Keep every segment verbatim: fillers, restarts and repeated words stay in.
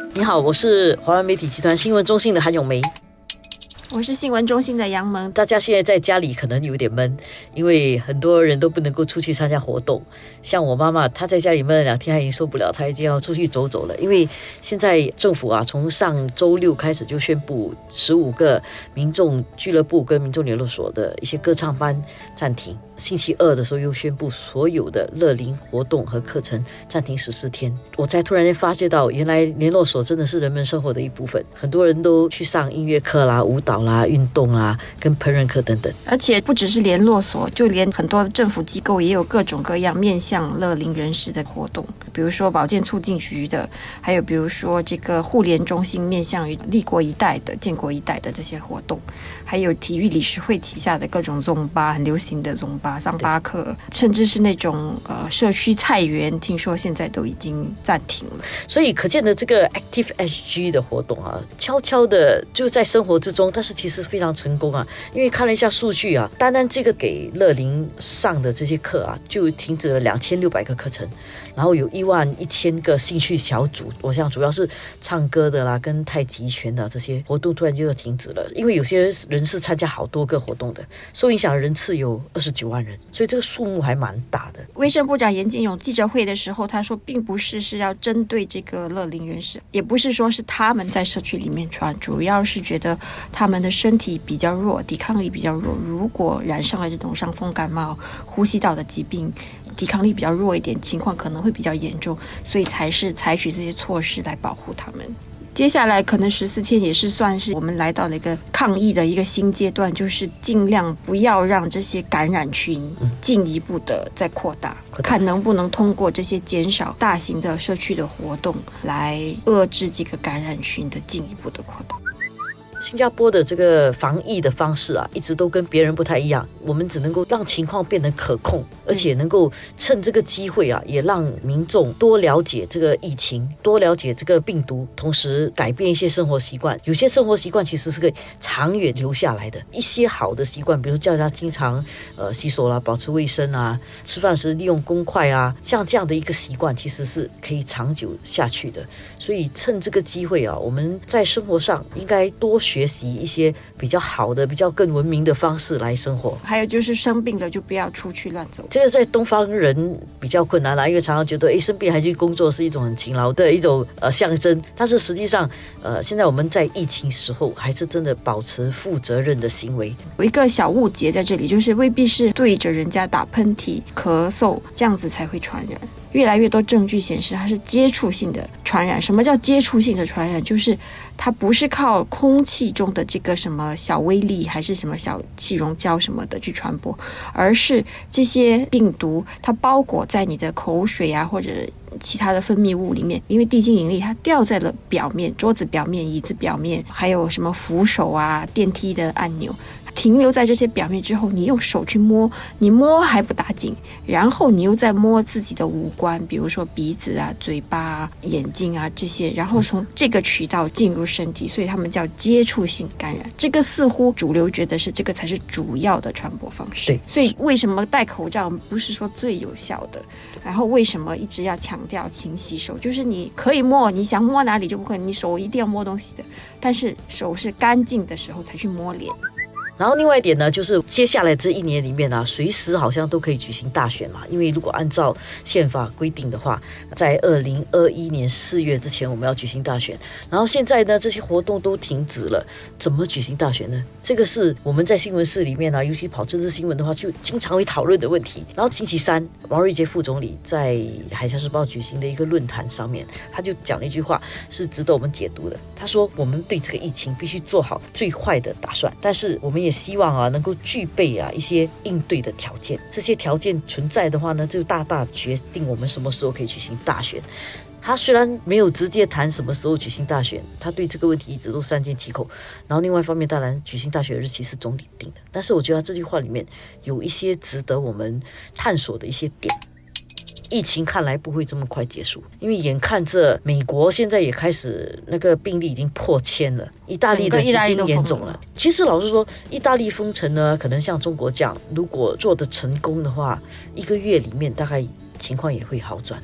你好，我是华文媒体集团新闻中心的韩咏梅。 我是新闻中心的杨萌。 大家现在在家里可能有点闷，因为很多人都不能够出去参加活动。像我妈妈，她在家里闷了两天，她已经受不了，她已经要出去走走了。因为现在政府啊，从上周六开始就宣布，十五个民众俱乐部跟民众联络所的一些歌唱班暂停。星期二的时候又宣布，所有的乐龄活动和课程暂停十四天。我才突然间发觉到，原来联络所真的是人们生活的一部分。很多人都去上音乐课啦、舞蹈啦、运动啦，跟烹饪课等等。 而且不只是联络所，就连很多政府机构也有各种各样面向乐龄人士的活动，比如说保健促进局的，还有比如说这个互联中心面向于立国一代的、建国一代的这些活动，还有体育理事会旗下的各种宗巴，很流行的宗巴、桑巴课，甚至是那种呃社区菜园，听说现在都已经暂停了。 所以可见的这个 Active S G 的活动啊，悄悄的就在生活之中，但是其实非常成功啊。因为看了一下数据啊，单单这个给乐龄上的这些课啊，就停止了两千六百个课程，然后有一万一千个兴趣小组。我想主要是唱歌的啦，跟太极拳的这些活动突然就要停止了，因为有些人是参加好多个活动的，受影响的人次有二十九万人，所以这个数目还蛮大的。 卫生部长严金勇记者会的时候，他说并不是是要针对这个乐龄人士，也不是说是他们在社区里面传，主要是觉得他们的身体比较弱，抵抗力比较弱，如果染上了这种伤风感冒、呼吸道的疾病，抵抗力比较弱一点，情况可能会比较严重，所以才是采取这些措施来保护他们。接下来可能十四天也是算是我们来到了一个抗疫的一个新阶段，就是尽量不要让这些感染群进一步的再扩大，嗯、看能不能通过这些减少大型的社区的活动来遏制这个感染群的进一步的扩大。 新加坡的这个防疫的方式啊，一直都跟别人不太一样。我们只能够让情况变得可控，而且能够趁这个机会啊，也让民众多了解这个疫情，多了解这个病毒，同时改变一些生活习惯。有些生活习惯其实是可以长远留下来的。一些好的习惯，比如叫他经常呃洗手啦，保持卫生啊，吃饭时利用公筷啊，像这样的一个习惯，其实是可以长久下去的。所以趁这个机会啊，我们在生活上应该多学习一些比较好的、比较更文明的方式来生活。 还有就是生病了就不要出去乱走， 这个在东方人比较困难啦，因为常常觉得诶生病还去工作是一种很勤劳的一种呃象征，但是实际上呃现在我们在疫情时候还是真的保持负责任的行为。 有一个小误解在这里，就是未必是对着人家打喷嚏、咳嗽这样子才会传染。越来越多证据显示它是接触性的传染。什么叫接触性的传染？就是它不是靠空气中的这个什么小微粒还是什么小气溶胶什么的去传播，而是这些病毒它包裹在你的口水啊或者其他的分泌物里面，因为地心引力它掉在了表面，桌子表面、椅子表面，还有什么扶手啊、电梯的按钮，停留在这些表面之后，你用手去摸，你摸还不打紧，然后你又在摸自己的五官，比如说鼻子啊、嘴巴啊、眼睛啊这些，然后从这个渠道进入身体，所以他们叫接触性感染。这个似乎主流觉得是这个才是主要的传播方式。 对， 所以为什么戴口罩不是说最有效的？然后为什么一直要强调勤洗手？就是你可以摸，你想摸哪里就不可以，你手一定要摸东西的，但是手是干净的时候才去摸脸。 然后另外一点呢，就是接下来这一年里面啊，随时好像都可以举行大选嘛。因为如果按照宪法规定的话，在二零二一年四月之前我们要举行大选。然后现在呢，这些活动都停止了，怎么举行大选呢？这个是我们在新闻室里面啊，尤其跑政治新闻的话，就经常会讨论的问题。然后星期三，王瑞杰副总理在海峡时报举行的一个论坛上面，他就讲了一句话，是值得我们解读的。他说，我们对这个疫情必须做好最坏的打算，但是我们也希望啊能够具备啊一些应对的条件，这些条件存在的话呢，就大大决定我们什么时候可以举行大选。他虽然没有直接谈什么时候举行大选，他对这个问题一直都三缄其口。然后另外一方面，当然举行大选的日期是总理定的，但是我觉得这句话里面有一些值得我们探索的一些点。疫情看来不会这么快结束，因为眼看着美国现在也开始那个病例已经破千了，意大利的已经严重了。其实老实说，意大利封城呢，可能像中国这样，如果做得成功的话，一个月里面大概情况也会好转的。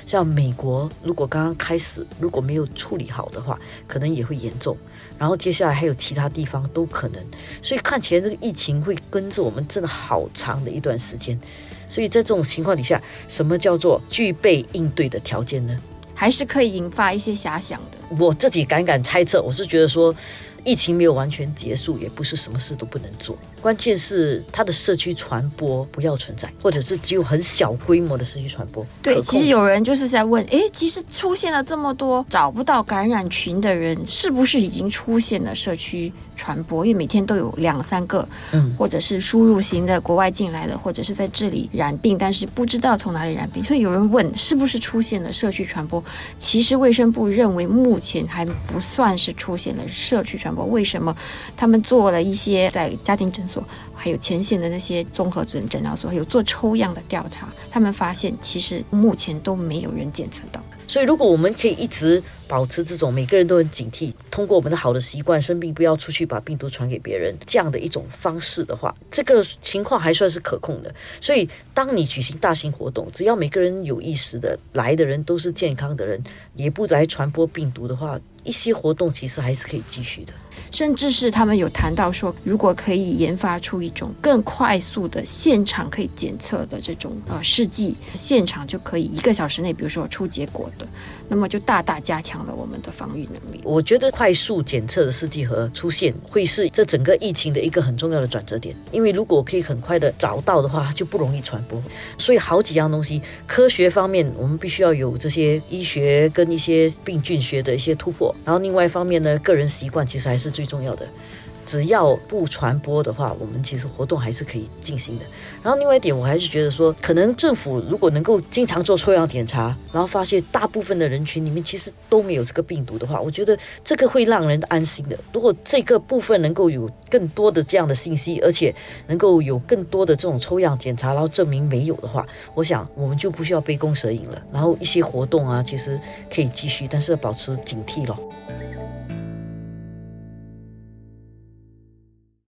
像美国如果刚刚开始如果没有处理好的话，可能也会严重，然后接下来还有其他地方都可能，所以看起来这个疫情会跟着我们真的好长的一段时间。所以在这种情况底下，什么叫做具备应对的条件呢？ 还是可以引发一些遐想的。 我自己敢敢猜测，我是觉得说疫情没有完全结束，也不是什么事都不能做，关键是它的社区传播不要存在，或者是只有很小规模的社区传播。 对，其实有人就是在问，诶，其实出现了这么多找不到感染群的人，是不是已经出现了社区传播？因为每天都有两三个，嗯，或者是输入型的国外进来的，或者是在这里染病，但是不知道从哪里染病，所以有人问是不是出现了社区传播？其实卫生部认为目前还不算是出现了社区传播。为什么？他们做了一些在家庭诊所还有前线的那些综合诊诊疗所有做抽样的调查，他们发现其实目前都没有人检测到。 所以如果我们可以一直保持这种每个人都很警惕，通过我们的好的习惯，生病不要出去把病毒传给别人这样的一种方式的话，这个情况还算是可控的。所以当你举行大型活动，只要每个人有意识的来的人都是健康的人，也不来传播病毒的话，一些活动其实还是可以继续的。 甚至是他们有谈到说，如果可以研发出一种更快速的现场可以检测的这种呃试剂，现场就可以一个小时内比如说出结果的，那么就大大加强了我们的防御能力。 我觉得快速检测的试剂盒出现会是这整个疫情的一个很重要的转折点，因为如果可以很快的找到的话，就不容易传播。所以好几样东西，科学方面我们必须要有这些医学跟一些病菌学的一些突破，然后另外一方面呢，个人习惯其实还是最重要的。只要不传播的话，我们其实活动还是可以进行的。然后另外一点，我还是觉得说，可能政府如果能够经常做抽样检查，然后发现大部分的人群里面其实都没有这个病毒的话，我觉得这个会让人安心的。如果这个部分能够有更多的这样的信息，而且能够有更多的这种抽样检查，然后证明没有的话，我想我们就不需要杯弓蛇影了。然后一些活动啊，其实可以继续，但是要保持警惕咯。